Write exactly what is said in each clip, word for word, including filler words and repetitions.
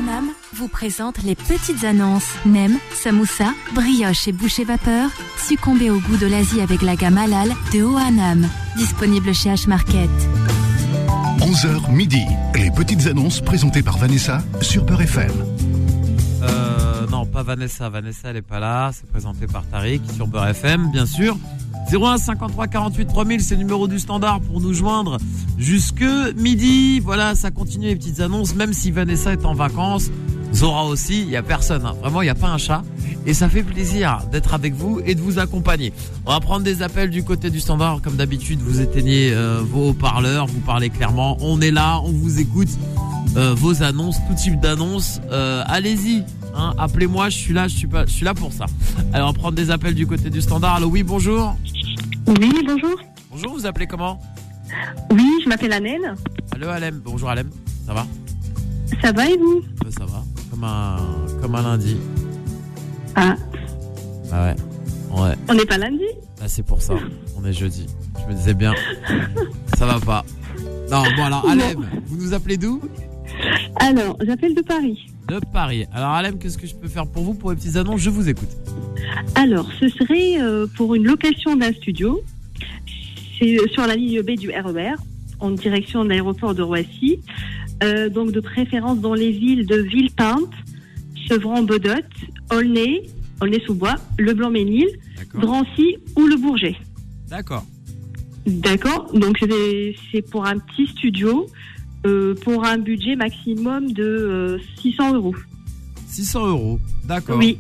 Oanam vous présente les petites annonces. Nem, samoussa, brioche et boucher vapeur. Succombez au goût de l'Asie avec la gamme halal de Oanam. Disponible chez H-Market. onze heures midi. Les petites annonces présentées par Vanessa sur Peur F M. Euh, non, pas Vanessa. Vanessa, elle est pas là. C'est présenté par Tariq sur Beurre F M, bien sûr. zéro un cinquante-trois quarante-huit trois mille, c'est le numéro du standard pour nous joindre jusque midi. Voilà, ça continue les petites annonces. Même si Vanessa est en vacances, Zora aussi, il n'y a personne. Hein. Vraiment, il n'y a pas un chat. Et ça fait plaisir d'être avec vous et de vous accompagner. On va prendre des appels du côté du standard. Comme d'habitude, vous éteignez euh, vos haut-parleurs, vous parlez clairement. On est là, on vous écoute. Euh, vos annonces, tout type d'annonces. Euh, allez-y. Hein, appelez-moi, je suis là, je suis pas, je suis là pour ça. Alors, on va prendre des appels du côté du standard. Allô, oui, bonjour. Oui, bonjour. Bonjour, vous appelez comment? Oui, je m'appelle Alem. Allô, Alem. Bonjour, Alem. Ça va? Ça va et vous? Ben, ça va. Comme un, comme un lundi. Ah. Ah ouais. Ouais. On n'est pas lundi? Ah, c'est pour ça. On est jeudi. Je me disais bien. Ça va pas. Non, bon alors, Alem, non. Vous nous appelez d'où? Alors, j'appelle de Paris. De Paris. Alors, Alem, qu'est-ce que je peux faire pour vous pour les petites annonces? Je vous écoute. Alors, ce serait euh, pour une location d'un studio. C'est sur la ligne B du R E R, en direction de l'aéroport de Roissy. Euh, donc, de préférence dans les villes de Villepinte, Sevran-Bedotte, Aulnay, Aulnay-sous-Bois, Le Blanc-Ménil, Drancy ou Le Bourget. D'accord. D'accord. Donc, c'est, c'est pour un petit studio, euh, pour un budget maximum de euh, six cents euros. six cents euros, d'accord. Oui.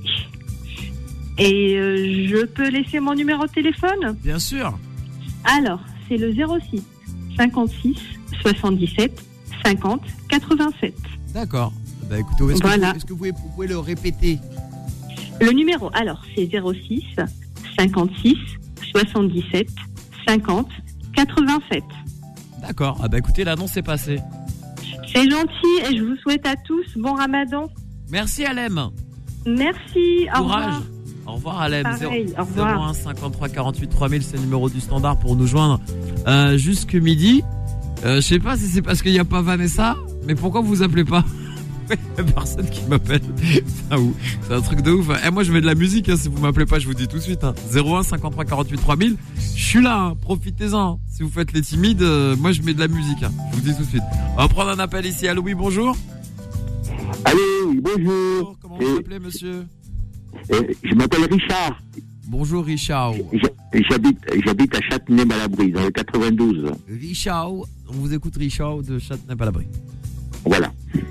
Et euh, je peux laisser mon numéro de téléphone? Bien sûr. Alors, c'est le zéro six cinquante-six soixante-dix-sept cinquante quatre-vingt-sept. D'accord. Bah écoutez, est-ce que, voilà. vous, est-ce que vous, pouvez, vous pouvez le répéter? Le numéro, alors, c'est zéro six cinquante-six soixante-dix-sept cinquante quatre-vingt-sept. D'accord. Ah bah écoutez, l'annonce est passée. C'est gentil et je vous souhaite à tous bon ramadan. Merci, Alem. Merci. Au Courage. revoir. Au revoir, Alem. Pareil, au revoir. zéro un cinquante-trois quarante-huit trois mille, c'est le numéro du standard pour nous joindre euh, jusque midi. Euh, je sais pas si c'est parce qu'il n'y a pas Vanessa, mais pourquoi vous appelez pas? Il n'y a personne qui m'appelle. C'est un, c'est un truc de ouf. Et eh, moi, je mets de la musique. Hein, si vous m'appelez pas, je vous dis tout de suite. Hein. zéro un cinquante-trois quarante-huit trois mille. Je suis là. Hein, profitez-en. Si vous faites les timides, euh, moi, je mets de la musique. Hein, je vous dis tout de suite. On va prendre un appel ici. Allô, oui, bonjour. Allô, oui, bonjour. Bonjour. Comment vous appelez, monsieur? Et je m'appelle Richard. Bonjour Richard. J'habite, j'habite à Châtenay-Malabry, dans le quatre-vingt-douze. Richard, on vous écoute Richard de Châtenay-Malabry. Voilà.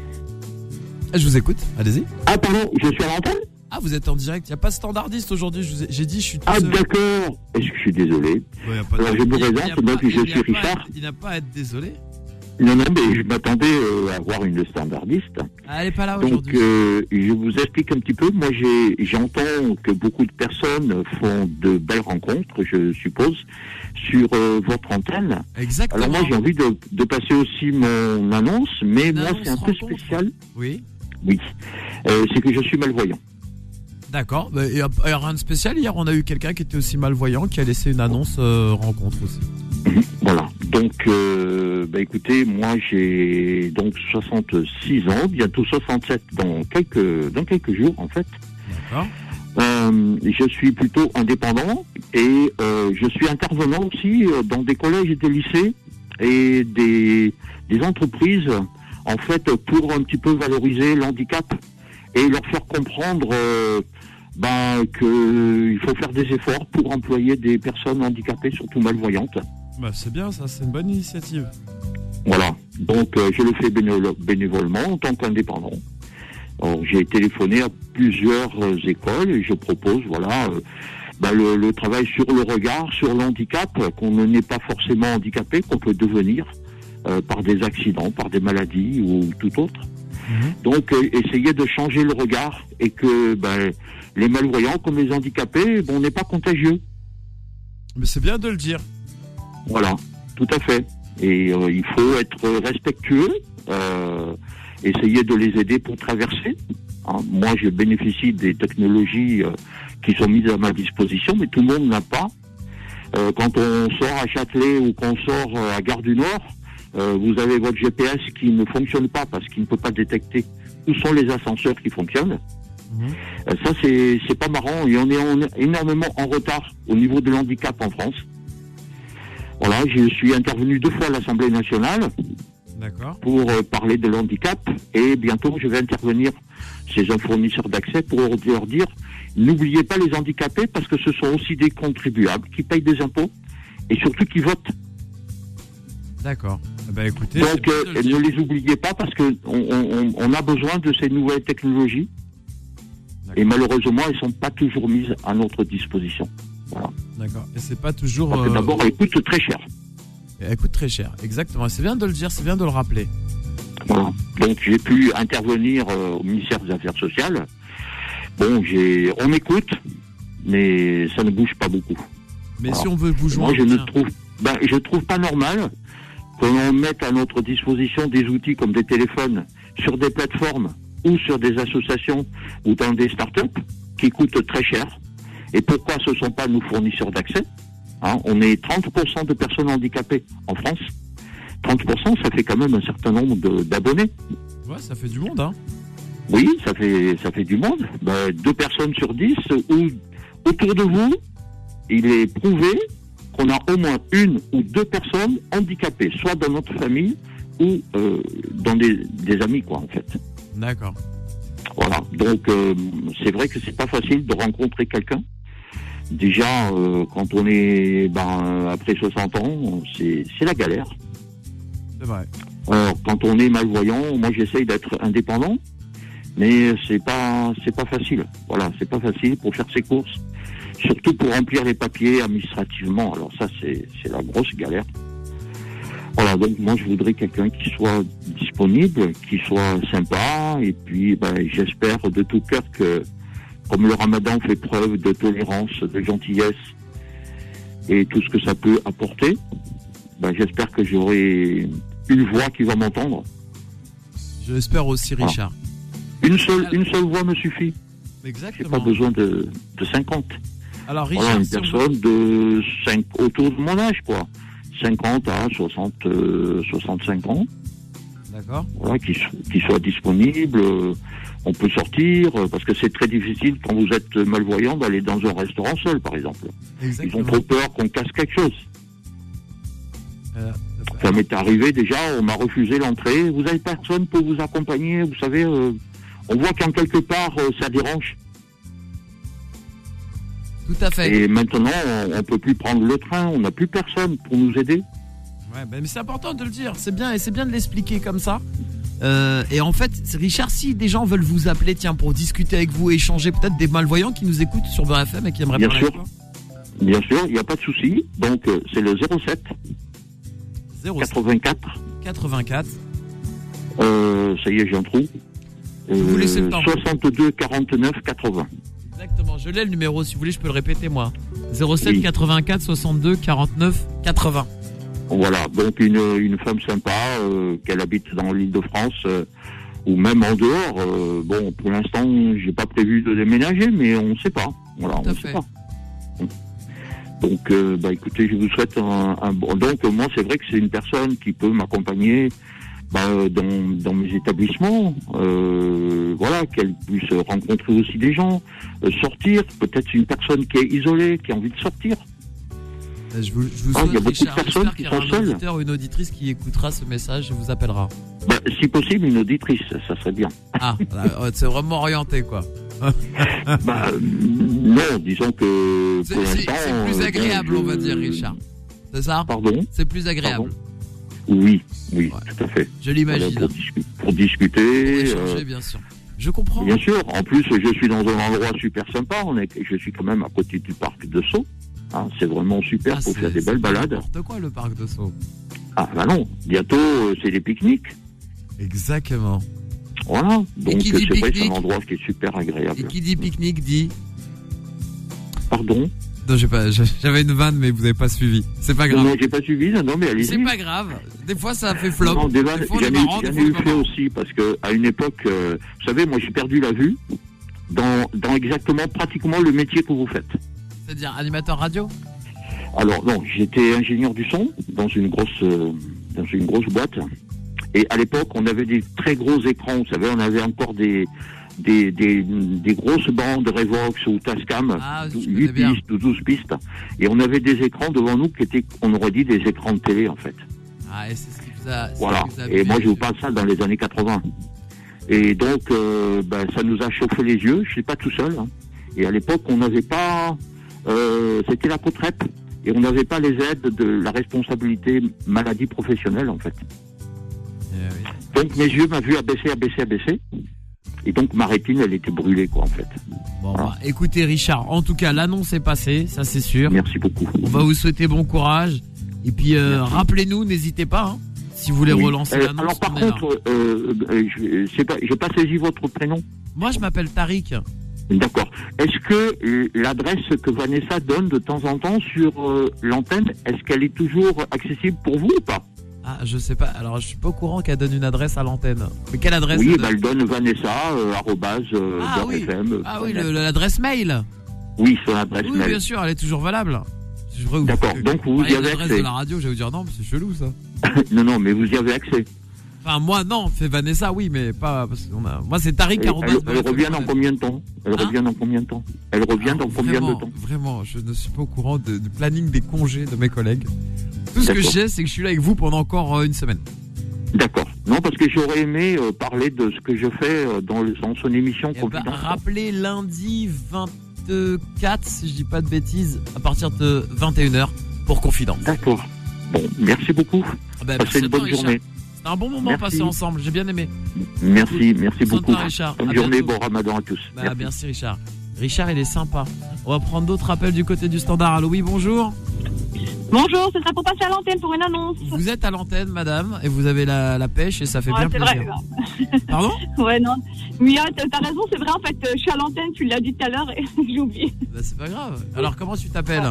Je vous écoute, allez-y. Ah pardon, je suis à l'antenne? Ah, vous êtes en direct, il n'y a pas de standardiste aujourd'hui, je vous ai, j'ai dit je suis tout Ah seul. d'accord, est-ce que je suis désolé? Ouais, pas Alors de... je me il, présente, il donc pas, je suis Richard. Être, il n'a pas à être désolé. Non, non, mais je m'attendais euh, à avoir une standardiste. Ah, elle n'est pas là donc, aujourd'hui. Donc, euh, je vous explique un petit peu. Moi, j'ai, j'entends que beaucoup de personnes font de belles rencontres, je suppose, sur euh, votre antenne. Exactement. Alors moi, j'ai envie de, de passer aussi mon annonce, mais Une moi, annonce c'est un peu rencontre. spécial. Oui. Oui. Euh, c'est que je suis malvoyant. D'accord. Il n'y a, a rien de spécial. Hier, on a eu quelqu'un qui était aussi malvoyant, qui a laissé une annonce euh, rencontre aussi. Voilà. Donc, euh, bah écoutez, moi j'ai donc soixante-six ans, bientôt soixante-sept dans quelques dans quelques jours en fait. D'accord. Euh, je suis plutôt indépendant et euh, je suis intervenant aussi dans des collèges et des lycées et des des entreprises en fait pour un petit peu valoriser l'handicap et leur faire comprendre euh, ben que il faut faire des efforts pour employer des personnes handicapées, surtout malvoyantes. Bah, c'est bien, ça, c'est une bonne initiative. Voilà, donc euh, je le fais bénévo- bénévolement en tant qu'indépendant. Alors, j'ai téléphoné à plusieurs euh, écoles et je propose, voilà, euh, bah, le, le travail sur le regard, sur l'handicap, qu'on n'est pas forcément handicapé, qu'on peut devenir euh, par des accidents, par des maladies ou tout autre. Mmh. Donc, euh, essayer de changer le regard et que bah, les malvoyants comme les handicapés, bon, on n'est pas contagieux. Mais c'est bien de le dire. Voilà, tout à fait. Et euh, il faut être respectueux, euh, essayer de les aider pour traverser. Hein, moi, je bénéficie des technologies euh, qui sont mises à ma disposition, mais tout le monde n'a pas. Euh, quand on sort à Châtelet ou qu'on sort à Gare du Nord, euh, vous avez votre G P S qui ne fonctionne pas parce qu'il ne peut pas détecter où sont les ascenseurs qui fonctionnent. Mmh. Euh, ça, c'est, c'est pas marrant, et on est en, énormément en retard au niveau de l'handicap en France. Voilà, je suis intervenu deux fois à l'Assemblée nationale. D'accord. Pour euh, parler de l'handicap, et bientôt je vais intervenir chez un fournisseur d'accès pour leur dire, n'oubliez pas les handicapés parce que ce sont aussi des contribuables qui payent des impôts et surtout qui votent. D'accord. Bah écoutez, donc euh, ne les oubliez pas parce que on, on, on a besoin de ces nouvelles technologies. D'accord. Et malheureusement elles sont pas toujours mises à notre disposition. Voilà. D'accord. Et c'est pas toujours. Parce que euh... d'abord elles coûtent très cher. Elle coûte très cher, exactement. C'est bien de le dire, c'est bien de le rappeler. Voilà. Donc j'ai pu intervenir euh, au ministère des Affaires sociales. Bon, j'ai, on écoute, mais ça ne bouge pas beaucoup. Mais voilà. Si on veut vous joindre, moi je ne trouve, ben, je trouve pas normal que l'on mette à notre disposition des outils comme des téléphones sur des plateformes ou sur des associations ou dans des start-up qui coûtent très cher. Et pourquoi ce ne sont pas nos fournisseurs d'accès? Hein, on est trente pour cent de personnes handicapées en France. trente pour cent, ça fait quand même un certain nombre de, d'abonnés. Ouais, ça fait du monde, hein. Oui, ça fait, ça fait du monde. Ben, deux personnes sur dix, ou autour de vous, il est prouvé qu'on a au moins une ou deux personnes handicapées, soit dans notre famille ou euh, dans des, des amis, quoi, en fait. D'accord. Voilà. Donc, euh, c'est vrai que c'est pas facile de rencontrer quelqu'un. Déjà, euh, quand on est ben, après soixante ans, c'est, c'est la galère. C'est vrai. Alors, quand on est malvoyant, moi j'essaye d'être indépendant, mais c'est pas c'est pas facile. Voilà, c'est pas facile pour faire ses courses, surtout pour remplir les papiers administrativement. Alors ça, c'est c'est la grosse galère. Voilà, donc moi je voudrais quelqu'un qui soit disponible, qui soit sympa, et puis ben, j'espère de tout cœur que comme le ramadan fait preuve de tolérance, de gentillesse et tout ce que ça peut apporter, ben j'espère que j'aurai une voix qui va m'entendre. Je l'espère aussi, Richard. Voilà. Une seule, une seule voix me suffit. Exactement. J'ai pas besoin de, de cinquante. Alors, Richard, voilà, une si personne de cinq, autour de mon âge, quoi. cinquante à soixante, euh, soixante-cinq ans. D'accord. Voilà, qui, qui soit disponible. Euh, on peut sortir, euh, parce que c'est très difficile quand vous êtes malvoyant d'aller dans un restaurant seul, par exemple. Exactement. Ils ont trop peur qu'on casse quelque chose. Euh, Ça m'est arrivé déjà, on m'a refusé l'entrée. Vous avez personne pour vous accompagner, vous savez. Euh, on voit qu'en quelque part, euh, ça dérange. Tout à fait. Et maintenant, on, on peut plus prendre le train, on n'a plus personne pour nous aider. Ouais, mais c'est important de le dire, c'est bien, et c'est bien de l'expliquer comme ça. Euh, et en fait, Richard, si des gens veulent vous appeler, tiens, pour discuter avec vous, échanger, peut-être des malvoyants qui nous écoutent sur Beurre F M et qui aimeraient bien parler sûr. avec toi. Bien sûr, il n'y a pas de souci. Donc, euh, c'est le zéro sept quatre-vingt-quatre quatre-vingt-quatre Euh, ça y est, j'ai un trou. Euh, vous laissez le temps. soixante-deux quarante-neuf quatre-vingts Exactement, je l'ai le numéro, si vous voulez, je peux le répéter moi. zéro sept Oui. quatre-vingt-quatre soixante-deux quarante-neuf quatre-vingts. Voilà, donc une, une femme sympa, euh, qu'elle habite dans l'île de France, euh, ou même en dehors. Euh, bon, pour l'instant, j'ai pas prévu de déménager, mais on ne sait pas. Voilà, Tout à on ne fait. sait pas. Donc, euh, bah, écoutez, je vous souhaite un, un bon. Donc, moi, c'est vrai que c'est une personne qui peut m'accompagner bah, dans, dans mes établissements. Euh, voilà, qu'elle puisse rencontrer aussi des gens, euh, sortir. Peut-être une personne qui est isolée, qui a envie de sortir. Je vous, je vous Ah, souhaite, il y a beaucoup de Richard, personnes j'espère qui qu'il y aura sont un seules. auditeur ou une auditrice qui écoutera ce message et vous appellera. Bah, si possible, une auditrice, ça serait bien. Ah, là, c'est vraiment orienté quoi. Bah, euh, non, disons que C'est, pour c'est- l'instant. c'est plus euh, agréable, je- on va dire, Richard. C'est ça? Pardon. C'est plus agréable. Pardon. Oui, oui, Ouais. tout à fait. Je l'imagine. Voilà, pour, discu- pour Pour discuter. échanger, euh, bien sûr. Je comprends. bien sûr. En plus, je suis dans un endroit super sympa. On est, je suis quand même à côté du parc de Sceaux. Hein, c'est vraiment super Ah, pour c'est- faire des c'est belles pas balades. N'importe quoi le parc de Sceaux. Ah bah non, bientôt euh, c'est des pique-niques. Exactement. Voilà. Donc qui euh, dit c'est vrai que c'est pique-nique un endroit qui est super agréable. Et qui dit pique-nique dit. Pardon. Non, j'ai pas, j'avais une vanne, mais vous n'avez pas suivi. C'est pas grave. Non, j'ai pas suivi. Non, non, mais allez-y. C'est pas grave. Des fois, ça fait flop. Non, des vannes, Des fois, on est j'en ai, marrant, j'en des ai fois, eu on est fait marrant. aussi parce que à une époque, euh, vous savez, moi j'ai perdu la vue dans, dans exactement pratiquement le métier que vous faites. C'est-à-dire animateur radio? Alors non, j'étais ingénieur du son dans une grosse euh, dans une grosse boîte Et à l'époque, on avait des très gros écrans, vous savez, on avait encore des des des, des grosses bandes Revox ou Tascam, Ah, je huit connais bien. pistes ou douze pistes, et on avait des écrans devant nous qui étaient, on aurait dit des écrans de télé en fait. Ah, et c'est ce qui vous a. c'est Voilà. ce qui vous a Et moi, fait- je vous parle ça dans les années quatre-vingts. Et donc, euh, ben, ça nous a chauffé les yeux. Je suis pas tout seul. Hein. Et à l'époque, on n'avait pas. Euh, c'était la retraite. Et on n'avait pas les aides de la responsabilité maladie professionnelle, en fait. Eh oui. Donc, mes yeux m'ont vu abaisser, abaisser, abaisser. Et donc, ma rétine, elle était brûlée, quoi, en fait. Bon, bah, écoutez, Richard, en tout cas, l'annonce est passée, ça c'est sûr. Merci beaucoup. On va vous souhaiter bon courage. Et puis, euh, Merci. rappelez-nous, n'hésitez pas, hein, si vous voulez Oui. relancer Euh, l'annonce. alors, par on est là. contre, euh, euh, je sais pas, j'ai pas saisi votre prénom. Moi, je m'appelle Tariq. D'accord. Est-ce que euh, l'adresse que Vanessa donne de temps en temps sur euh, l'antenne, est-ce qu'elle est toujours accessible pour vous ou pas? Ah, je sais pas. Alors, je suis pas au courant qu'elle donne une adresse à l'antenne. Mais quelle adresse Oui, elle bah, donne elle donne Vanessa, euh, arrobase, euh, Ah Beurre oui. F M, Ah oui, point net. le- l'adresse mail. Oui, son adresse Oui, mail. bien sûr, elle est toujours valable. Je crois que D'accord, vous- donc vous y parliez de avez l'adresse accès. de la radio, je vais vous dire non, mais c'est chelou ça. Non, non, mais vous y avez accès. Enfin, moi, non, fait Vanessa, oui, mais pas parce qu'on a. Moi, c'est Tariq. Elle, arobase elle- elle beurre f m revient point dans net. combien de temps Elle Hein revient dans combien de temps Elle revient Alors, dans combien vraiment, de temps Vraiment, je ne suis pas au courant de- du planning des congés de mes collègues. Tout ce que je D'accord. sais, c'est que je suis là avec vous pendant encore euh, une semaine. D'accord. Non, parce que j'aurais aimé euh, parler de ce que je fais euh, dans, le- dans son émission Eh ben, Confidence. rappelez lundi vingt-quatre, si je dis pas de bêtises, à partir de vingt et une heures pour Confidence. D'accord. Bon, merci beaucoup. Ah ben, Passez merci une à toi, bonne Richard. journée. C'était un bon moment Merci. passé ensemble, j'ai bien aimé. Merci, merci Soin de beaucoup. toi, Richard. Bonne À journée, bientôt. bon ramadan à tous. Bah, Merci. merci Richard. Richard, il est sympa. On va prendre d'autres appels du côté du standard. Allô, oui, bonjour. Bonjour, ce sera pour passer à l'antenne pour une annonce. Vous êtes à l'antenne, madame, et vous avez la, la pêche et ça fait Ouais, bien c'est plaisir. vrai. Pardon? Ouais, non. Mia, t'as t'as raison, c'est vrai, en fait, euh, je suis à l'antenne, tu l'as dit tout à l'heure et j'ai oublié. Bah, c'est pas grave. Alors, comment tu t'appelles?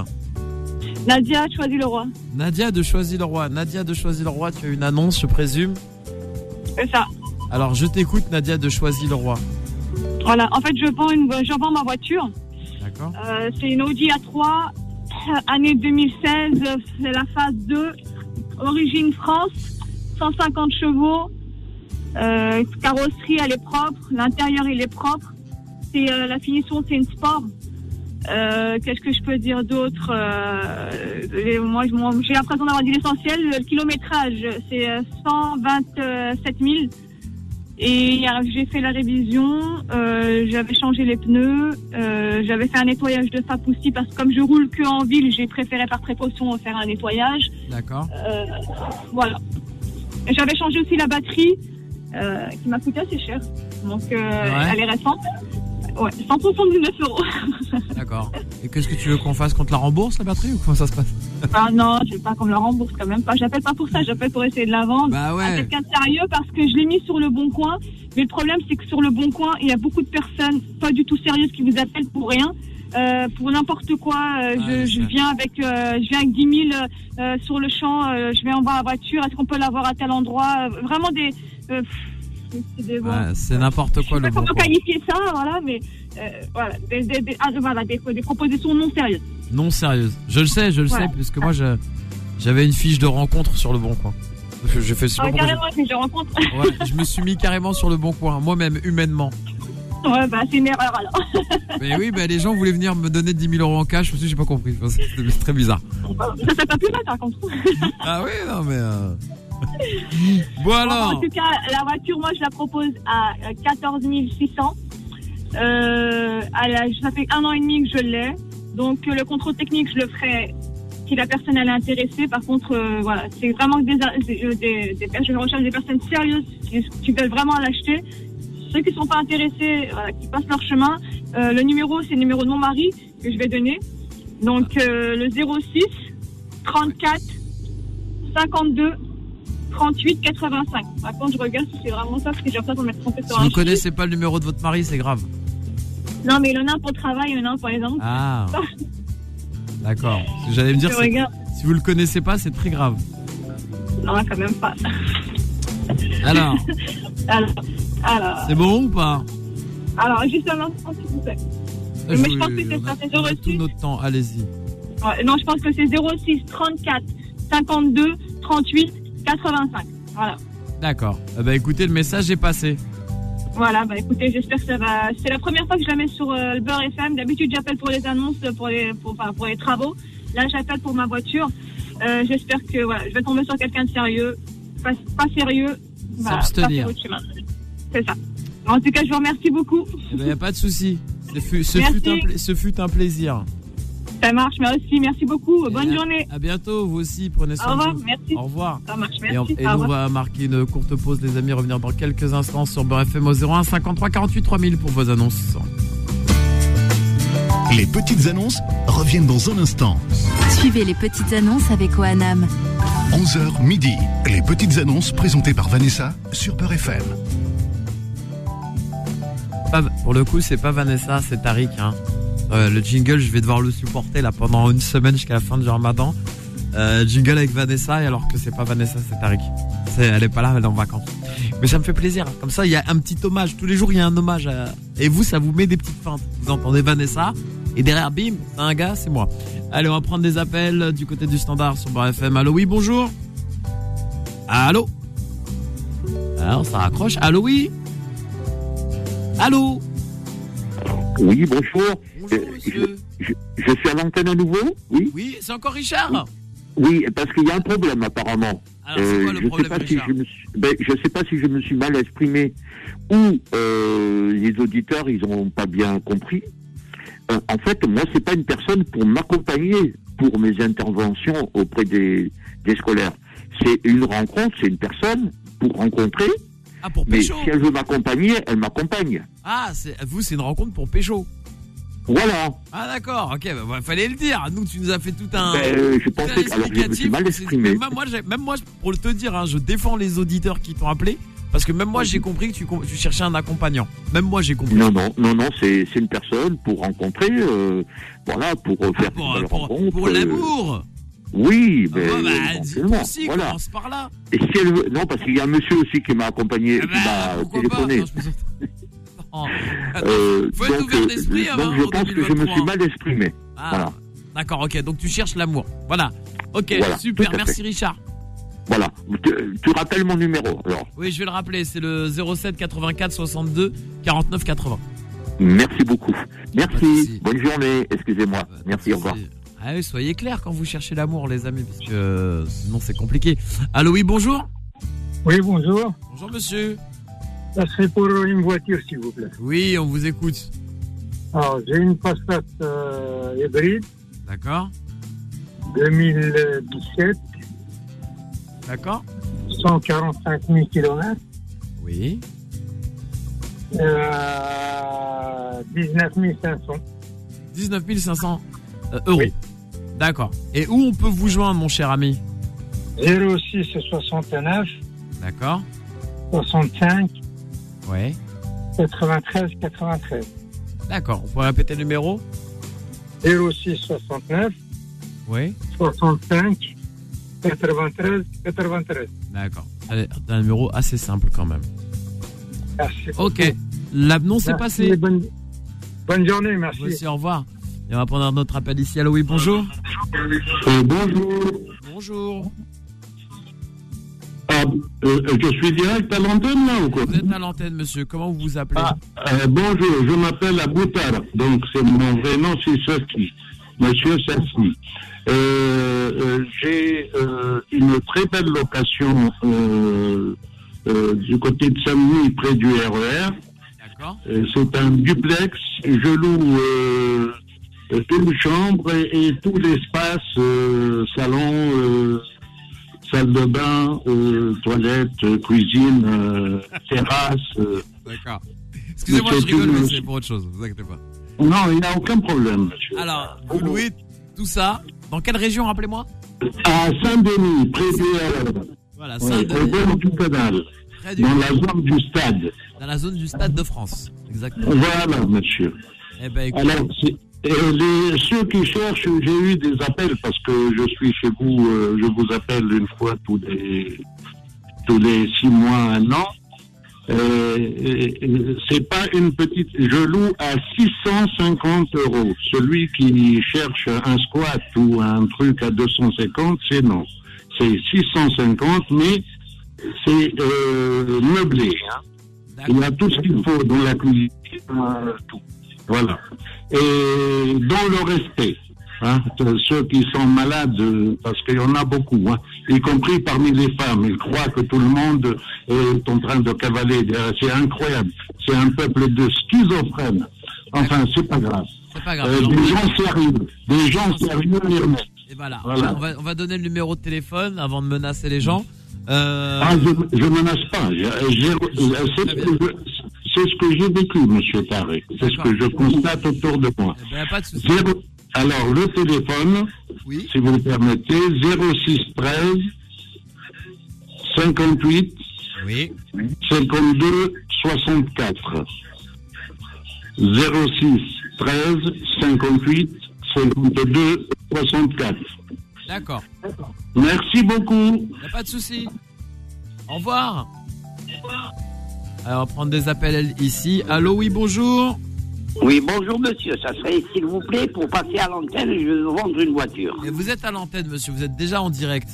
Nadia, choisis le roi. Nadia de Choisy-le-Roi. Nadia de Choisy-le-Roi, tu as une annonce, je présume. C'est ça. Alors, je t'écoute, Nadia de Choisy-le-Roi. Voilà, en fait, je vends, une, je vends ma voiture. D'accord? Euh, c'est une Audi A trois, euh, année deux mille seize, euh, c'est la phase deux, origine France, cent cinquante chevaux, euh, carrosserie, elle est propre, l'intérieur, il est propre. C'est, euh, la finition, c'est une sport. Euh, qu'est-ce que je peux dire d'autre euh, les- moi, je- moi, j'ai l'impression d'avoir dit l'essentiel. Le kilométrage, c'est euh, cent vingt-sept mille. Et euh, j'ai fait la révision, euh, j'avais changé les pneus, euh, j'avais fait un nettoyage de F A P aussi parce que comme je roule que en ville, j'ai préféré par précaution faire un nettoyage. D'accord. Euh, voilà. Et j'avais changé aussi la batterie, euh, qui m'a coûté assez cher. Donc euh, Ouais. elle est récente. Ouais, cent soixante-dix-neuf euros. D'accord. Et qu'est-ce que tu veux qu'on fasse? Qu'on te la rembourse, la batterie, ou comment ça se passe? Ah non, je veux pas qu'on me la rembourse quand même pas. J'appelle pas pour ça, j'appelle pour essayer de la vendre. Bah À ouais. quelqu'un de sérieux parce que je l'ai mis sur le bon coin. Mais le problème, c'est que sur le bon coin, il y a beaucoup de personnes pas du tout sérieuses qui vous appellent pour rien. Euh, pour n'importe quoi, euh, Ah, je, je je sais. viens avec, euh, je viens avec dix mille euh, sur le champ. Euh, je vais en bas à la voiture. Est-ce qu'on peut l'avoir à tel endroit? Euh, Vraiment des, euh, pff, c'est des- bon. Ouais, c'est n'importe quoi Je le sais pas bon comment coin. qualifier ça, voilà, mais euh, voilà, des, des, des, ah, voilà, des, des propositions non sérieuses. Non sérieuse. Je le sais, je le Voilà. sais, puisque moi je- j'avais une fiche de rencontre sur le bon coin. Je, je fais je sais pas Ah, pourquoi carrément, que je rencontre. je- ouais, je me suis mis carrément sur le bon coin, moi-même, humainement. Ouais, bah c'est une erreur alors. Mais oui, bah, les gens voulaient venir me donner dix mille euros en cash aussi, j'ai pas compris. Enfin, C'était c'était très bizarre. Ça t'a pas plus mal par contre. Ah oui, non mais. Euh... Bon En alors. tout cas, la voiture, moi, je la propose à quatorze mille six cents. Euh, à la- ça fait un an et demi que je l'ai. Donc, euh, le contrôle technique, je le ferai si la personne elle est intéressée. Par contre, euh, voilà, c'est vraiment des, des, des, des, je recherche des personnes sérieuses qui, qui veulent vraiment l'acheter. Ceux qui ne sont pas intéressés, voilà, qui passent leur chemin. Euh, le numéro, c'est le numéro de mon mari que je vais donner. Donc, euh, le zéro six trente-quatre cinquante-deux trente-huit quatre-vingt-cinq. Par contre, je regarde si c'est vraiment ça, parce que j'ai l'impression de m'être trompée sur Si un vous chiffre. connaissez pas le numéro de votre mari, c'est grave. Non, mais il en a un pour le travail, il en a un pour les enfants. Ah. D'accord. Parce que j'allais me dire, je c'est- regarde. si vous le connaissez pas, c'est très grave. Non, quand même pas. Alors, Alors, alors, c'est bon ou pas? alors juste un instant, s'il vous plaît. Mais je pense que c'est on ça, a- c'est on a zéro tout six. notre temps, allez-y. Ouais, non, je pense que c'est zéro six trente-quatre cinquante-deux trente-huit quatre-vingt-cinq. Voilà. D'accord. Eh ben, écoutez, le message est passé. Voilà, bah écoutez, j'espère que ça va. C'est la première fois que je la mets sur euh, le Beurre F M. D'habitude, j'appelle pour les annonces, pour les, pour, enfin, pour les travaux. Là, j'appelle pour ma voiture. Euh, j'espère que voilà, je vais tomber sur quelqu'un de sérieux. Pas, pas sérieux, bah, s'abstenir. pas faire autre chemin. C'est ça. En tout cas, je vous remercie beaucoup. Il n'y a pas de souci. Ce fut, ce, fut un, pla- ce fut un plaisir. Ça marche, moi aussi. Merci beaucoup. Bonne à, journée. À bientôt, vous aussi. Prenez soin de vous. Au revoir, vous. merci. Au revoir. Ça marche, merci. Et, on, et nous, on va marquer une courte pause, les amis. Revenir dans quelques instants sur Beurre F M au zéro un cinquante-trois quarante-huit trois mille pour vos annonces. Les petites annonces reviennent dans un instant. Suivez les petites annonces avec Oanam. onze heures midi. Les petites annonces présentées par Vanessa sur Beurre F M. Pas, pour le coup, c'est pas Vanessa, c'est Tariq. Hein. Euh, le jingle, je vais devoir le supporter là pendant une semaine jusqu'à la fin du Ramadan. Euh, jingle avec Vanessa, et alors que c'est pas Vanessa, c'est Tariq. C'est, elle est pas là, elle est en vacances. Mais ça me fait plaisir. Comme ça, il y a un petit hommage. Tous les jours, il y a un hommage. À... Et vous, ça vous met des petites feintes. Vous entendez Vanessa, et derrière, bim, c'est un gars, c'est moi. Allez, on va prendre des appels du côté du standard sur Beurre F M. Allô, oui, bonjour. Allô. Alors, ça raccroche. Allô, oui. Allô. Oui, bonjour. Bonjour, monsieur. Je, je, je suis à l'antenne à nouveau. Oui. Oui, c'est encore Richard. Oui, parce qu'il y a un problème apparemment. Alors, c'est quoi le je problème, sais pas si Richard je me suis, ben, je sais pas si je me suis mal exprimé ou euh, les auditeurs ils ont pas bien compris. Euh, en fait, moi, c'est pas une personne pour m'accompagner pour mes interventions auprès des, des scolaires. C'est une rencontre, c'est une personne pour rencontrer. Ah, pour mais pécho. si elle veut m'accompagner, elle m'accompagne. Ah, c'est, vous, c'est une rencontre pour pécho. Voilà. Ah, d'accord, ok, bah, bah, fallait le dire. Nous, tu nous as fait tout un. Ben, je pensais que, alors, je me suis mal exprimé. Même moi, j'ai, même moi, pour te dire, hein, je défends les auditeurs qui t'ont appelé. Parce que même moi, j'ai compris que tu, tu cherchais un accompagnant. Même moi, j'ai compris. Non, non, non, non, c'est, c'est une personne pour rencontrer, euh, voilà, pour euh, faire ah, pour, une belle pour, rencontre. Pour l'amour. Euh, oui, mais ah, bah, éventuellement, aussi, voilà. commence par là. Et si elle veut, non, parce qu'il y a un monsieur aussi qui m'a accompagné, ah, qui bah, m'a téléphoné. Pas, non, euh, faut être donc, ouvert d'esprit. euh, donc je pense que je me suis mal exprimé. Ah, voilà. D'accord, ok. Donc tu cherches l'amour. Voilà. Ok, voilà, super. Merci Richard. Voilà. Tu, tu rappelles mon numéro alors. Oui, je vais le rappeler. C'est le zéro sept quatre-vingt-quatre soixante-deux quarante-neuf quatre-vingts. Merci beaucoup. Merci. Bonne journée. Excusez-moi. Bah, merci. Au revoir. Ah oui, soyez clairs quand vous cherchez l'amour, les amis, parce que euh, sinon c'est compliqué. Allô, oui, bonjour. Oui, bonjour. Bonjour, monsieur. Ça serait pour une voiture, s'il vous plaît. Oui, on vous écoute. Alors, j'ai une Passat euh, hybride. D'accord. deux mille dix-sept. D'accord. cent quarante-cinq mille kilomètres. Oui. Euh, dix-neuf mille cinq cents. dix-neuf mille cinq cents euh, euros. Oui. D'accord. Et où on peut vous joindre, mon cher ami? zéro six soixante-neuf. D'accord. soixante-cinq. Ouais. quatre-vingt-treize quatre-vingt-treize. D'accord. On pourrait répéter le numéro? zéro six soixante-neuf. Oui. soixante-cinq. quatre-vingt-treize quatre-vingt-treize. D'accord. Allez, un numéro assez simple quand même. Merci. Ok. L'annonce est passée. Bonne, bonne journée, merci. Vous aussi, au revoir. Et on va prendre notre appel ici. Allô, oui, bonjour. Euh, bonjour. Bonjour. Ah, euh, je suis direct à l'antenne là ou quoi? Vous êtes à l'antenne, monsieur. Comment vous vous appelez? Ah, euh, bonjour, je m'appelle Aboutar. Donc c'est mon vrai nom, c'est Sassi. Monsieur Sassi. Euh, euh, j'ai euh, une très belle location euh, euh, du côté de Saint-Denis, près du R E R. D'accord. Euh, c'est un duplex. Je loue euh, toute une chambre et, et tout l'espace, euh, salon, euh, salle de bain, euh, toilette, euh, cuisine, euh, terrasse. Euh. D'accord. Excusez-moi, je rigole, mais c'est pour autre chose. Ne vous inquiétez pas. Non, il n'y a aucun problème, monsieur. Alors, vous louez tout ça. Dans quelle région, rappelez-moi? À Saint-Denis, près du R E R. Voilà, Saint-Denis. Au bord du canal. Près du... Dans la zone du stade. Dans la zone du stade de France. Exactement. Voilà, monsieur. Eh ben, écoute... Alors, c'est... Et les, ceux qui cherchent, j'ai eu des appels parce que je suis chez vous, euh, je vous appelle une fois tous les tous les six mois, un an. Euh, et, et, c'est pas une petite, je loue à six cent cinquante euros. Celui qui cherche un squat ou un truc à deux cent cinquante, c'est non. C'est six cent cinquante, mais c'est euh, meublé. Hein. Il y a tout ce qu'il faut dans la cuisine, euh, tout. Voilà. Et dans le respect, hein, ceux qui sont malades, parce qu'il y en a beaucoup, hein, y compris parmi les femmes, ils croient que tout le monde est en train de cavaler. C'est incroyable. C'est un peuple de schizophrènes. Enfin, c'est pas grave. C'est pas grave. Euh, des gens sérieux, des gens sérieux, les remettent. Et voilà. Voilà. On va, on va donner le numéro de téléphone avant de menacer les gens. Euh... Ah, je, je menace pas. Je, je, c'est, ce que je, c'est ce que j'ai vécu, monsieur Tarek. C'est ce que je constate autour de moi. Eh ben, pas de souci. Zéro, alors, le téléphone, oui. si vous le permettez, zéro six treize cinquante-huit oui. cinquante-deux soixante-quatre. zéro six treize cinquante-huit cinquante-deux soixante-quatre. D'accord. Merci beaucoup. Y a pas de souci. Au revoir. Alors, on va prendre des appels ici. Allô, oui, bonjour. Oui, bonjour monsieur. Ça serait, s'il vous plaît, pour passer à l'antenne, je veux vendre une voiture. Et vous êtes à l'antenne, monsieur. Vous êtes déjà en direct.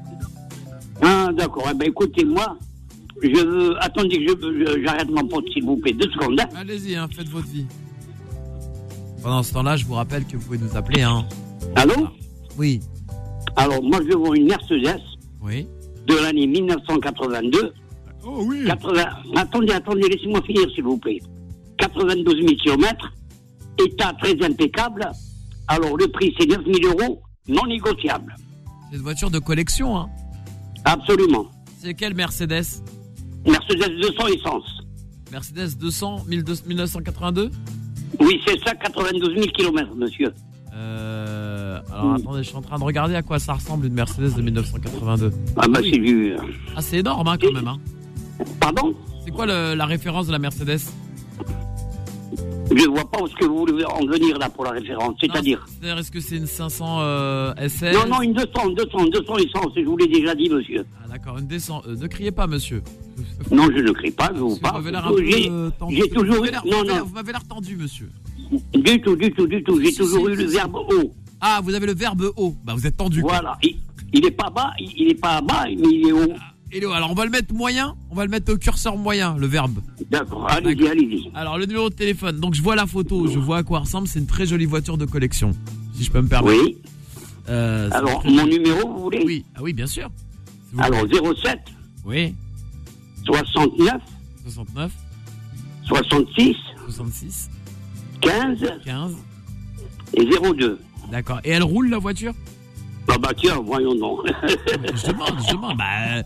Ah, d'accord. Eh ben, écoutez, moi, je veux... Attendez que je, je, j'arrête mon pote, s'il vous plaît. Deux secondes. Hein. Allez-y, hein, faites votre vie. Pendant ce temps-là, je vous rappelle que vous pouvez nous appeler. Hein. Allô? Ah. Oui. Alors, moi, je vends une Mercedes. Oui. De l'année mille neuf cent quatre-vingt-deux. Oh oui. quatre-vingts... Attendez, attendez, laissez-moi finir, s'il vous plaît. quatre-vingt-douze mille kilomètres. État très impeccable. Alors, le prix, c'est neuf mille euros, non négociable. C'est une voiture de collection, hein? Absolument. C'est quelle Mercedes? Mercedes deux cents essence. Mercedes deux cents, mille neuf cent quatre-vingt-deux? Oui, c'est ça, quatre-vingt-douze mille kilomètres, monsieur. Euh, alors, mmh. attendez, je suis en train de regarder à quoi ça ressemble une Mercedes de mille neuf cent quatre-vingt-deux. Ah, bah, oui. c'est du... Ah, c'est énorme, hein, quand même, hein. Pardon? C'est quoi le, la référence de la Mercedes? Je ne vois pas où est-ce que vous voulez en venir, là, pour la référence. C'est-à-dire? C'est-à-dire, est-ce que c'est une cinq cents euh, S L? Non, non, une deux cents, deux cents, deux cents essence, je vous l'ai déjà dit, monsieur. Ah, d'accord, une deux cents. Euh, ne criez pas, monsieur. Non, je ne crie pas, je vous parle. Vous m'avez l'air un peu j'ai, euh, tendu. J'ai toujours eu... Non, non, non. Vous m'avez l'air tendu, monsieur. Du tout, du tout, du tout. J'ai si, toujours si, eu si, le si. verbe haut. Ah, vous avez le verbe haut. Bah, vous êtes tendu. Voilà. Il, il est pas bas, il, il est pas bas, mais il est haut. Et alors, on va le mettre moyen. On va le mettre au curseur moyen, le verbe. D'accord, allez-y, D'accord. allez-y. Alors, le numéro de téléphone. Donc, je vois la photo, je vois à quoi ressemble. C'est une très jolie voiture de collection, si je peux me permettre. Oui. Euh, alors, mon joli. numéro, vous voulez? Oui, ah oui, bien sûr. Si alors, zéro sept. Oui. soixante-neuf. soixante-neuf. soixante-six. soixante-six. quinze. quinze. Et zéro deux. D'accord. Et elle roule, la voiture? Ah bah tiens, voyons donc. je demande, je demande. Bah,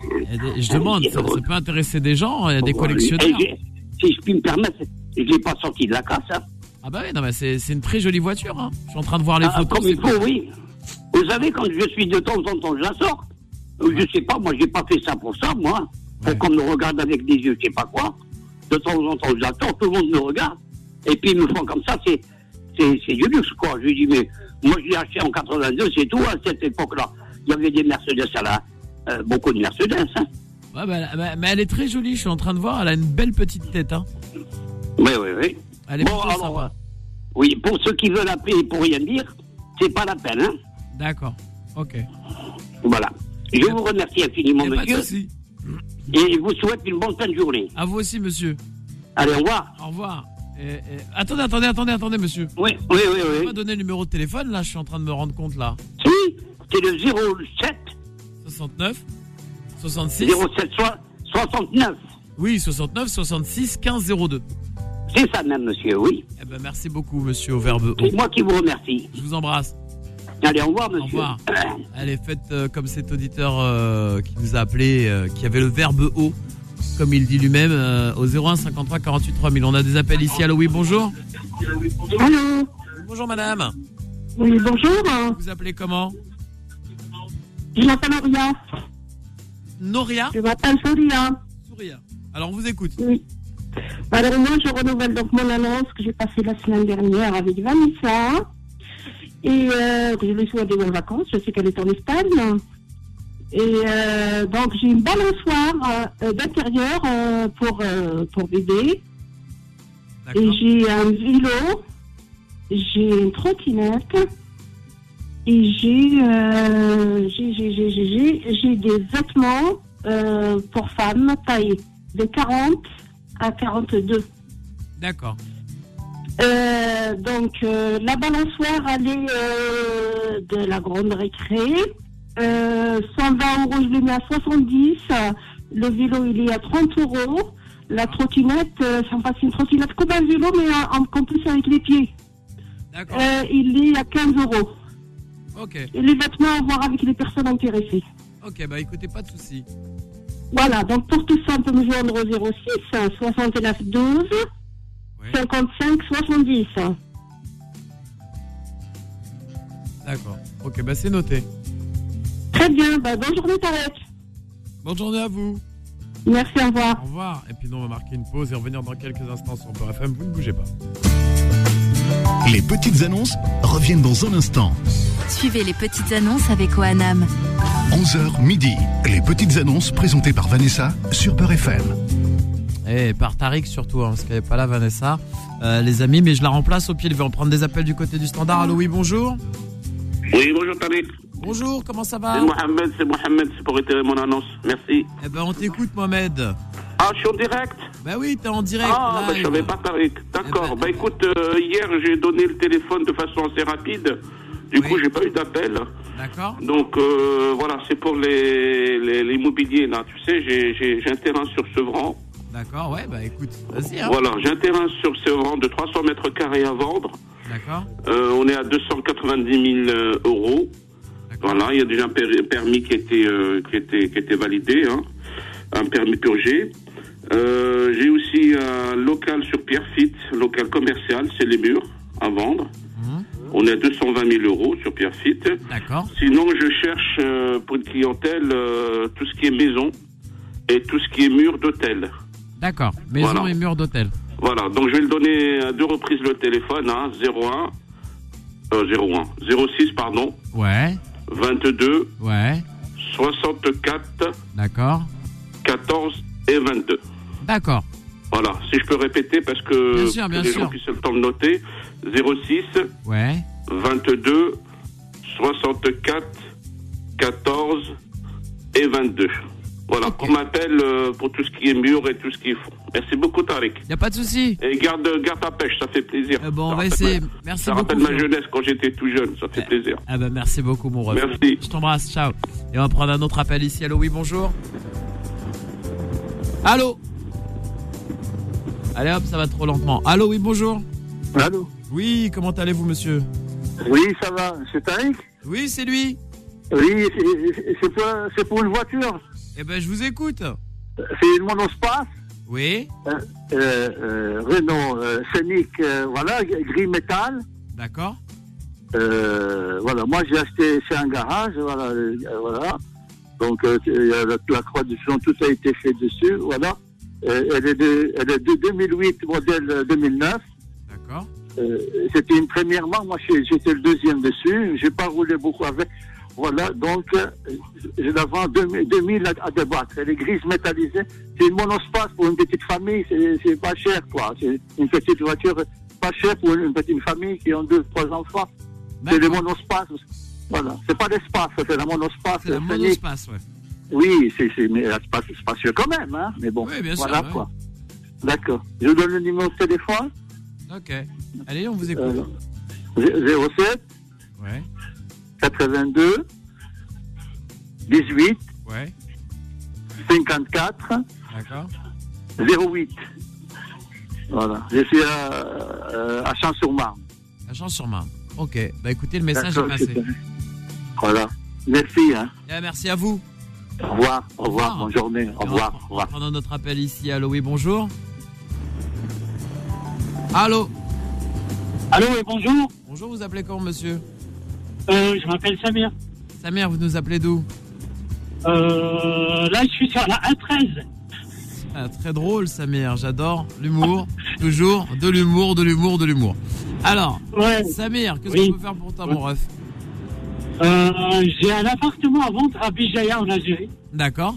je demande, ça, ça peut intéresser des gens, il y a des collectionneurs. Si je puis me permettre, je l'ai pas sorti de la casse. Hein. Ah bah oui, non, mais c'est, c'est une très jolie voiture. Hein. Je suis en train de voir les ah, photos. Comme il faut, cool. Oui. Vous savez, quand je suis de temps en temps, je la sors. Ouais. Je sais pas, moi, j'ai pas fait ça pour ça, moi. Pour ouais. qu'on me regarde avec des yeux, je sais pas quoi. De temps en temps, je la sors, tout le monde me regarde. Et puis, ils me font comme ça, c'est, c'est, c'est du luxe, quoi. Je lui dis, mais... Moi, je l'ai acheté en quatre-vingt-deux, c'est tout, à cette époque-là. Il y avait des Mercedes à la... Euh, beaucoup de Mercedes, hein. Ouais, bah, bah, mais elle est très jolie, je suis en train de voir, elle a une belle petite tête, hein. Oui, oui, oui. Elle est bon, alors, sympa. Oui, pour ceux qui veulent appeler pour rien dire, c'est pas la peine, hein. D'accord, ok. Voilà. Je vous remercie infiniment, monsieur. Pas de souci. Et je vous souhaite une bonne fin de journée. À vous aussi, monsieur. Allez, au revoir. Au revoir. Et, et... Attendez, attendez, attendez, attendez, monsieur. Oui, oui, oui, oui. Vous m'avez donné le numéro de téléphone, là, je suis en train de me rendre compte, là. Si, c'est le zéro sept. soixante-neuf. soixante-six. zéro sept soixante-neuf. Oui, soixante-neuf, soixante-six, quinze, zéro deux. C'est ça même, monsieur, oui. Eh ben, merci beaucoup, monsieur, au verbe haut. C'est moi qui vous remercie. Je vous embrasse. Allez, au revoir, monsieur. Au revoir. Allez, faites euh, comme cet auditeur euh, qui nous a appelé, euh, qui avait le verbe haut. Comme il dit lui-même, euh, au zéro un cinquante-trois quarante-huit trois mille. On a des appels ici. Allô, oui, bonjour. Allô. Bonjour, madame. Oui, bonjour. Vous vous appelez comment? Je m'appelle Noria. Noria? Je m'appelle Souria. Souria. Alors, on vous écoute. Oui. Alors, moi, je renouvelle donc mon annonce que j'ai passée la semaine dernière avec Vanessa. Et euh, que je lui souhaite des bonnes vacances. Je sais qu'elle est en Espagne. Et euh, donc j'ai une balançoire euh, d'intérieur euh, pour, euh, pour bébé. D'accord. Et j'ai un vélo, j'ai une trottinette, et j'ai, euh, j'ai, j'ai, j'ai, j'ai, j'ai des vêtements euh, pour femmes, taille de quarante à quarante-deux. D'accord. Euh, donc, euh, la balançoire, elle est euh, de la grande récré. Euh, cent vingt euros, je l'ai mis à soixante-dix. Le vélo, il est à trente euros. La trottinette, euh, c'est enfin, une trottinette comme un vélo, mais en, en plus avec les pieds. D'accord. Euh, il est à quinze euros. Ok. Et les vêtements à voir avec les personnes intéressées. Ok, bah écoutez, pas de soucis. Voilà, donc pour tout ça, on peut me joindre au zéro six soixante-neuf douze cinquante-cinq soixante-dix. D'accord. Ok, bah c'est noté. Très bien, bah, bonne journée Tarek. Bonne journée à vous. Merci, au revoir. Au revoir. Et puis nous, on va marquer une pause et revenir dans quelques instants sur Beurre F M. Vous ne bougez pas. Les petites annonces reviennent dans un instant. Suivez les petites annonces avec Oanam. onze heures midi. Les petites annonces présentées par Vanessa sur Beurre F M. Et par Tariq surtout, hein, parce qu'elle n'est pas là, Vanessa. Euh, les amis, mais je la remplace au pied. Je vais reprendre des appels du côté du standard. Allô, oui, bonjour. Oui, bonjour Tariq. Bonjour, comment ça va? C'est Mohamed, c'est Mohamed, c'est pour réitérer mon annonce. Merci. Eh ben, on t'écoute, Mohamed. Ah, je suis en direct? Bah oui, t'es en direct. Ah, bah, je savais pas, Tariq. D'accord. Eh ben, bah écoute, euh, hier, j'ai donné le téléphone de façon assez rapide. Du oui. coup, j'ai pas eu d'appel. D'accord. Donc, euh, voilà, c'est pour les, les, l'immobilier, là. Tu sais, j'ai, j'ai, j'ai un terrain sur Sevran. D'accord, ouais, bah écoute, vas-y. Hein. Voilà, j'ai un terrain sur Sevran de trois cents mètres carrés à vendre. D'accord. Euh, on est à deux cent quatre-vingt-dix mille euros. Voilà, il y a déjà un permis qui était, euh, qui était, qui était validé, hein, un permis purgé. Euh, j'ai aussi un local sur Pierrefitte, local commercial, c'est les murs à vendre. Mmh. On est à deux cent vingt mille euros sur Pierrefitte. D'accord. Sinon, je cherche euh, pour une clientèle euh, tout ce qui est maison et tout ce qui est mur d'hôtel. D'accord, maison voilà. Et mur d'hôtel. Voilà, donc je vais le donner à deux reprises le téléphone, hein, zéro un, euh, zéro un, zéro six, pardon. Ouais. vingt-deux. Ouais. soixante-quatre. D'accord. quatorze et vingt-deux. D'accord. Voilà, si je peux répéter parce que, bien sûr, bien que les sûr. gens puissent le temps de noter. zéro six. Ouais. vingt-deux. soixante-quatre. quatorze et vingt-deux. Voilà, okay. On m'appelle euh, pour tout ce qui est mur et tout ce qui est fond. Merci beaucoup, Tariq. Y a pas de souci. Et garde, garde ta pêche, ça fait plaisir. Euh, bon, ça on va essayer. Ma... Merci ça beaucoup. Ça rappelle ma jeunesse quand j'étais tout jeune, ça fait eh, plaisir. Ah ben, merci beaucoup, mon ref. Merci. Je t'embrasse, ciao. Et on va prendre un autre appel ici. Allô, oui, bonjour. Allô. Allez hop, ça va trop lentement. Allô, oui, bonjour. Allô. Oui, comment allez-vous, monsieur? Oui, ça va. C'est Tariq? Oui, c'est lui. Oui, c'est, c'est, pour, c'est pour une voiture. Eh ben, je vous écoute. C'est une monospace. Oui. Euh, euh, euh, Renault euh, Scénic, euh, voilà, gris métal. D'accord. Euh, voilà, moi j'ai acheté chez un garage, voilà, euh, voilà. Donc euh, la, la croix du son, tout a été fait dessus, voilà. Euh, elle est de, elle est de deux mille huit, modèle deux mille neuf. D'accord. Euh, c'était une première marque, moi j'étais le deuxième dessus, j'ai pas roulé beaucoup avec. Voilà, donc je la vends deux mille à, à débattre. Elle est grise métallisée. C'est une monospace pour une petite famille, c'est, c'est pas cher, quoi. C'est une petite voiture pas chère pour une, une petite famille qui ont deux, trois enfants. D'accord. C'est des monospaces. Voilà, c'est pas l'espace, c'est la monospace. C'est la monospace, ouais. Oui, c'est, c'est, mais c'est spacieux quand même, hein. Mais bon, oui, bien voilà, sûr, quoi. Ouais. D'accord. Je vous donne le numéro de téléphone. Ok. Allez, on vous écoute. Euh, zéro sept. Ouais. quatre-vingt-deux, dix-huit, ouais. cinquante-quatre, d'accord. zéro huit. Voilà, je suis à, euh, à Champs-sur-Marne. À Champs-sur-Marne, ok. Bah écoutez, le message d'accord, est passé. Voilà, merci. Hein. Yeah, merci à vous. Au revoir, au revoir, bonne journée, au revoir. On va prendre notre appel ici. Allô, oui, bonjour. Allô. Allô, oui, bonjour. Bonjour, vous appelez quand, monsieur? Euh, je m'appelle Samir. Samir, vous nous appelez d'où? Euh, là, je suis sur la A treize. Ah, très drôle, Samir. J'adore l'humour. Toujours de l'humour, de l'humour, de l'humour. Alors, ouais. Samir, qu'est-ce oui. qu'on peut faire pour toi, oui. mon ref? euh, J'ai un appartement à vendre à Bijaya, en Algérie. D'accord.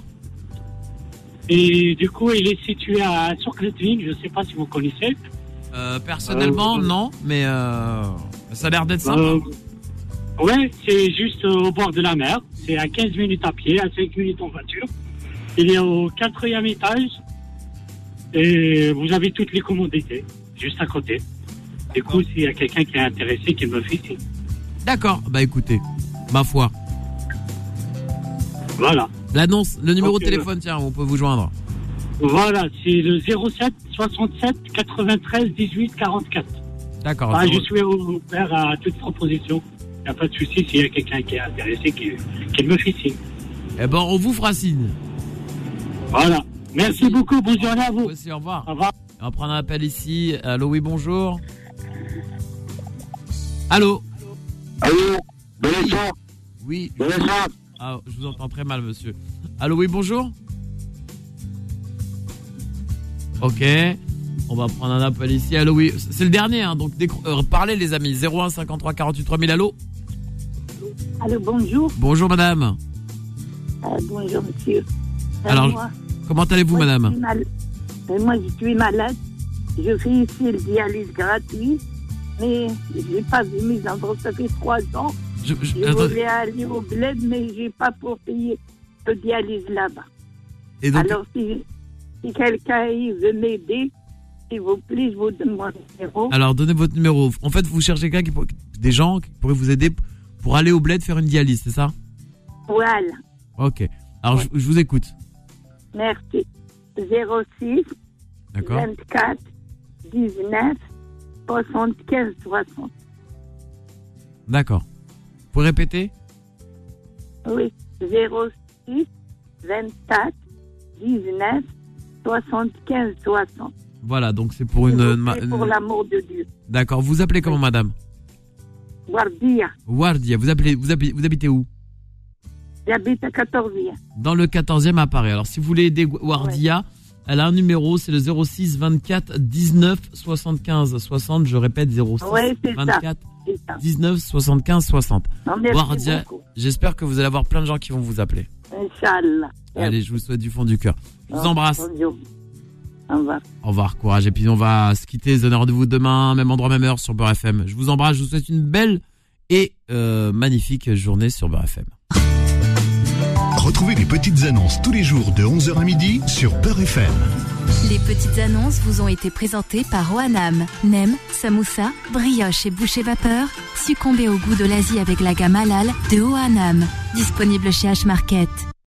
Et du coup, il est situé à Soukletville. Je ne sais pas si vous connaissez. Euh, personnellement, euh, non. Mais euh, ça a l'air d'être sympa. Euh, Ouais, c'est juste au bord de la mer. C'est à quinze minutes à pied, à cinq minutes en voiture. Il est au quatrième étage. Et vous avez toutes les commodités, juste à côté. Du coup, s'il y a quelqu'un qui est intéressé, qu'il me fait signe. D'accord, bah écoutez, ma foi. Voilà. L'annonce, le numéro Donc, de téléphone, tiens, on peut vous joindre. Voilà, c'est le zéro sept soixante-sept quatre-vingt-treize dix-huit quarante-quatre. D'accord. Ah, zéro- je suis ouvert à toute proposition. Il n'y a pas de souci, s'il y a quelqu'un qui est intéressé, qu'il qu'il me fait signe. Eh ben, on vous fera signe. Voilà. Merci beaucoup, bonne journée à vous. Vous aussi, au revoir. Au revoir. On va prendre un appel ici. Allô, oui, bonjour. Allô. Allô, Vincent. Oui. Vincent. Ah, je vous entends très mal, monsieur. Allô, oui, bonjour. Ok. On va prendre un appel ici. Allô, oui. C'est le dernier, hein, donc décro- euh, parlez, les amis. zéro un cinquante-trois quarante-huit trois mille. Allô. Allô, bonjour. Bonjour, madame. Euh, bonjour, monsieur. Euh, Alors, moi, comment allez-vous, moi, madame? je suis mal- euh, Moi, je suis malade. Je fais ici le dialyse gratuit, mais je n'ai pas vu mes enfants. Ça fait trois ans. Je, je- Je attends. voulais aller au bled, mais je n'ai pas pour payer le dialyse là-bas. Et donc- Alors, si, si quelqu'un il veut m'aider, s'il vous plaît, je vous donne mon numéro. Alors, donnez votre numéro. En fait, vous cherchez quelqu'un qui pour- des gens qui pourraient vous aider pour aller au bled faire une dialyse, c'est ça? Voilà. Ok. Alors, je, je vous écoute. Merci. zéro six D'accord. vingt-quatre dix-neuf soixante-quinze soixante. D'accord. Vous pouvez répéter? Oui, zéro six vingt-quatre dix-neuf soixante-quinze soixante. Voilà, donc c'est pour une... S'il vous ma- plaît, pour une- l'amour de Dieu. D'accord. Vous appelez comment, madame? Wardia. Wardia. Vous appelez, vous appelez, vous habitez où? J'habite à quatorzième. Dans le quatorzième à Paris. Alors, si vous voulez aider Wardia, elle a un numéro, c'est le zéro six vingt-quatre dix-neuf soixante-quinze soixante. Je répète, zéro six Ouais, c'est ça. vingt-quatre C'est ça. dix-neuf soixante-quinze soixante. Non, merci Wardia, beaucoup. j'espère que vous allez avoir plein de gens qui vont vous appeler. Inch'Allah. Allez, je vous souhaite du fond du cœur. Je vous embrasse. Bonjour. Au revoir. Au revoir, courage. Et puis on va se quitter, se donner rendez-vous demain, même endroit, même heure sur Beurre F M. Je vous embrasse, je vous souhaite une belle et euh, magnifique journée sur Beurre F M. Retrouvez les petites annonces tous les jours de onze heures à midi sur Beurre F M. Les petites annonces vous ont été présentées par Oanam. Nem, samoussa, brioche et boucher vapeur. Succombez au goût de l'Asie avec la gamme halal de Oanam. Disponible chez H-Market.